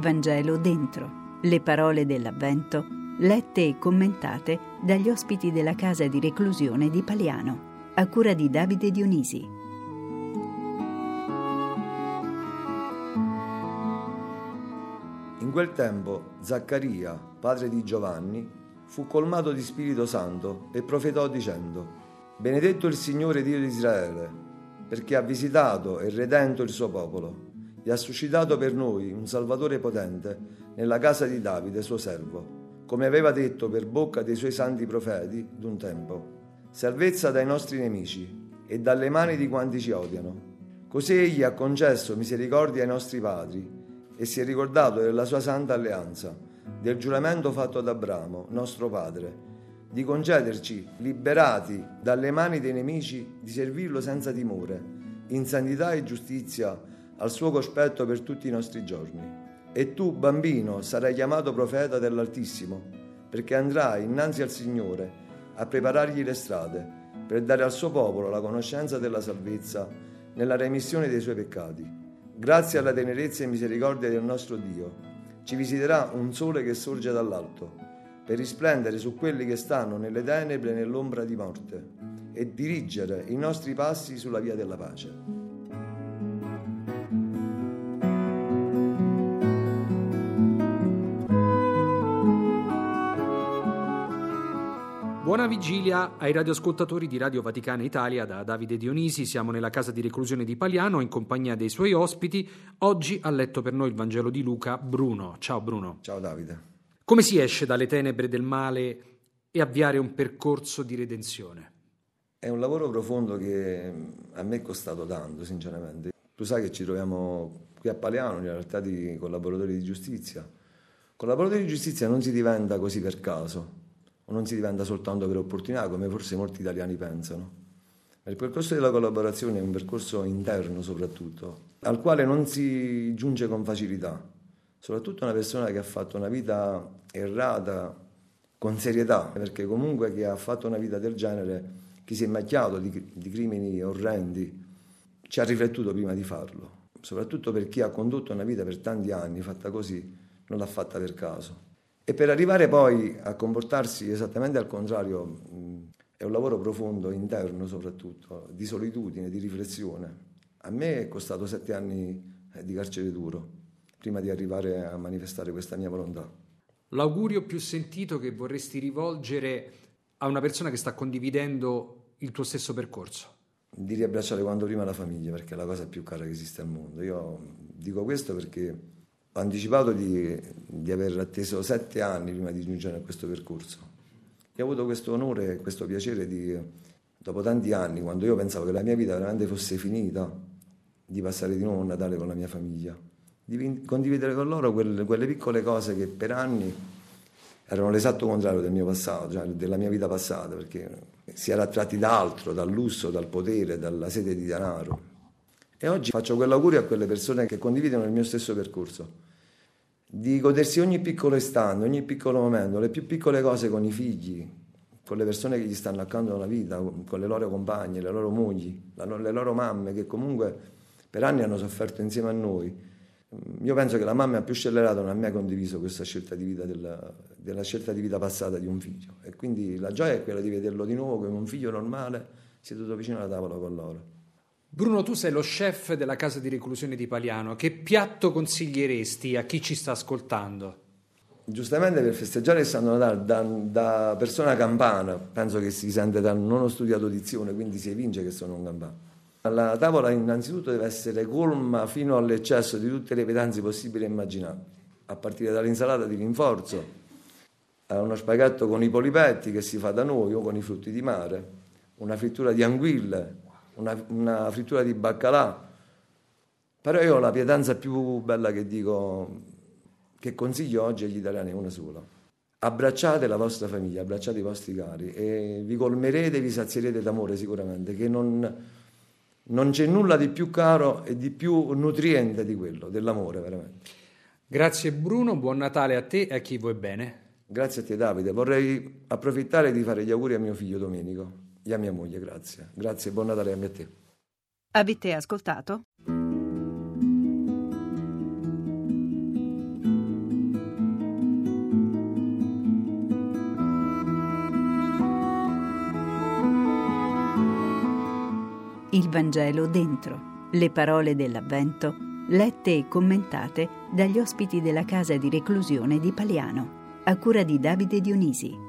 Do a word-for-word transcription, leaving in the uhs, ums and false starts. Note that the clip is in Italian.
Vangelo dentro, le parole dell'Avvento, lette e commentate dagli ospiti della casa di reclusione di Paliano, a cura di Davide Dionisi. In quel tempo Zaccaria, padre di Giovanni, fu colmato di Spirito Santo e profetò dicendo: Benedetto il Signore Dio di Israele, perché ha visitato e redento il suo popolo e ha suscitato per noi un Salvatore potente nella casa di Davide, suo servo, come aveva detto per bocca dei suoi santi profeti d'un tempo. Salvezza dai nostri nemici e dalle mani di quanti ci odiano. Così egli ha concesso misericordia ai nostri padri e si è ricordato della sua santa alleanza, del giuramento fatto ad Abramo, nostro padre, di concederci, liberati dalle mani dei nemici, di servirlo senza timore, in santità e giustizia, al suo cospetto per tutti i nostri giorni. E tu, bambino, sarai chiamato profeta dell'Altissimo, perché andrai innanzi al Signore a preparargli le strade, per dare al suo popolo la conoscenza della salvezza nella remissione dei suoi peccati. Grazie alla tenerezza e misericordia del nostro Dio, ci visiterà un sole che sorge dall'alto, per risplendere su quelli che stanno nelle tenebre e nell'ombra di morte, e dirigere i nostri passi sulla via della pace. Buona vigilia ai radioascoltatori di Radio Vaticana Italia da Davide Dionisi. Siamo nella casa di reclusione di Paliano in compagnia dei suoi ospiti. Oggi ha letto per noi il Vangelo di Luca Bruno. Ciao Bruno. Ciao Davide. Come si esce dalle tenebre del male e avviare un percorso di redenzione? È un lavoro profondo che a me è costato tanto, sinceramente. Tu sai che ci troviamo qui a Paliano, in realtà di collaboratori di giustizia. Collaboratori di giustizia non si diventa così per caso, o non si diventa soltanto per opportunità, come forse molti italiani pensano. Il percorso della collaborazione è un percorso interno soprattutto, al quale non si giunge con facilità. Soprattutto una persona che ha fatto una vita errata con serietà, perché comunque chi ha fatto una vita del genere, chi si è macchiato di, di crimini orrendi, ci ha riflettuto prima di farlo. Soprattutto per chi ha condotto una vita per tanti anni fatta così, non l'ha fatta per caso. E per arrivare poi a comportarsi esattamente al contrario, mh, è un lavoro profondo, interno soprattutto, di solitudine, di riflessione. A me è costato sette anni di carcere duro, prima di arrivare a manifestare questa mia volontà. L'augurio più sentito che vorresti rivolgere a una persona che sta condividendo il tuo stesso percorso? Di riabbracciare quanto prima la famiglia, perché è la cosa più cara che esiste al mondo. Io dico questo perché ho anticipato di, di aver atteso sette anni prima di giungere a questo percorso. E ho avuto questo onore e questo piacere di, dopo tanti anni, quando io pensavo che la mia vita veramente fosse finita, di passare di nuovo un Natale con la mia famiglia, di condividere con loro quelle, quelle piccole cose che per anni erano l'esatto contrario del mio passato, cioè della mia vita passata, perché si era attratti da altro, dal lusso, dal potere, dalla sete di denaro. E oggi faccio quell'augurio a quelle persone che condividono il mio stesso percorso, di godersi ogni piccolo istante, ogni piccolo momento, le più piccole cose con i figli, con le persone che gli stanno accanto nella vita, con le loro compagne, le loro mogli, le loro mamme, che comunque per anni hanno sofferto insieme a noi. Io penso che la mamma più scellerata non ha mai condiviso questa scelta di vita, della, della scelta di vita passata di un figlio. E quindi la gioia è quella di vederlo di nuovo come un figlio normale, seduto vicino alla tavola con loro. Bruno, tu sei lo chef della casa di reclusione di Paliano. Che piatto consiglieresti a chi ci sta ascoltando? Giustamente per festeggiare il Santo Natale, da, da persona campana, penso che si sente da non ho studiato dizione, quindi si evince che sono un campano. La tavola innanzitutto deve essere colma fino all'eccesso di tutte le pietanze possibili e immaginabili, a partire dall'insalata di rinforzo, a uno spaghetto con i polipetti che si fa da noi o con i frutti di mare, una frittura di anguille, Una, una frittura di baccalà. Però io la pietanza più bella che dico, che consiglio oggi agli italiani è una sola: abbracciate la vostra famiglia, abbracciate i vostri cari e vi colmerete, vi sazierete d'amore sicuramente, che non, non c'è nulla di più caro e di più nutriente di quello, dell'amore veramente. Grazie Bruno, buon Natale a te e a chi vuoi bene. Grazie a te Davide, vorrei approfittare di fare gli auguri a mio figlio Domenico e a mia moglie, grazie. Grazie, buon Natale a me e a te. Avete ascoltato Il Vangelo dentro. Le parole dell'Avvento, lette e commentate dagli ospiti della casa di reclusione di Paliano, a cura di Davide Dionisi.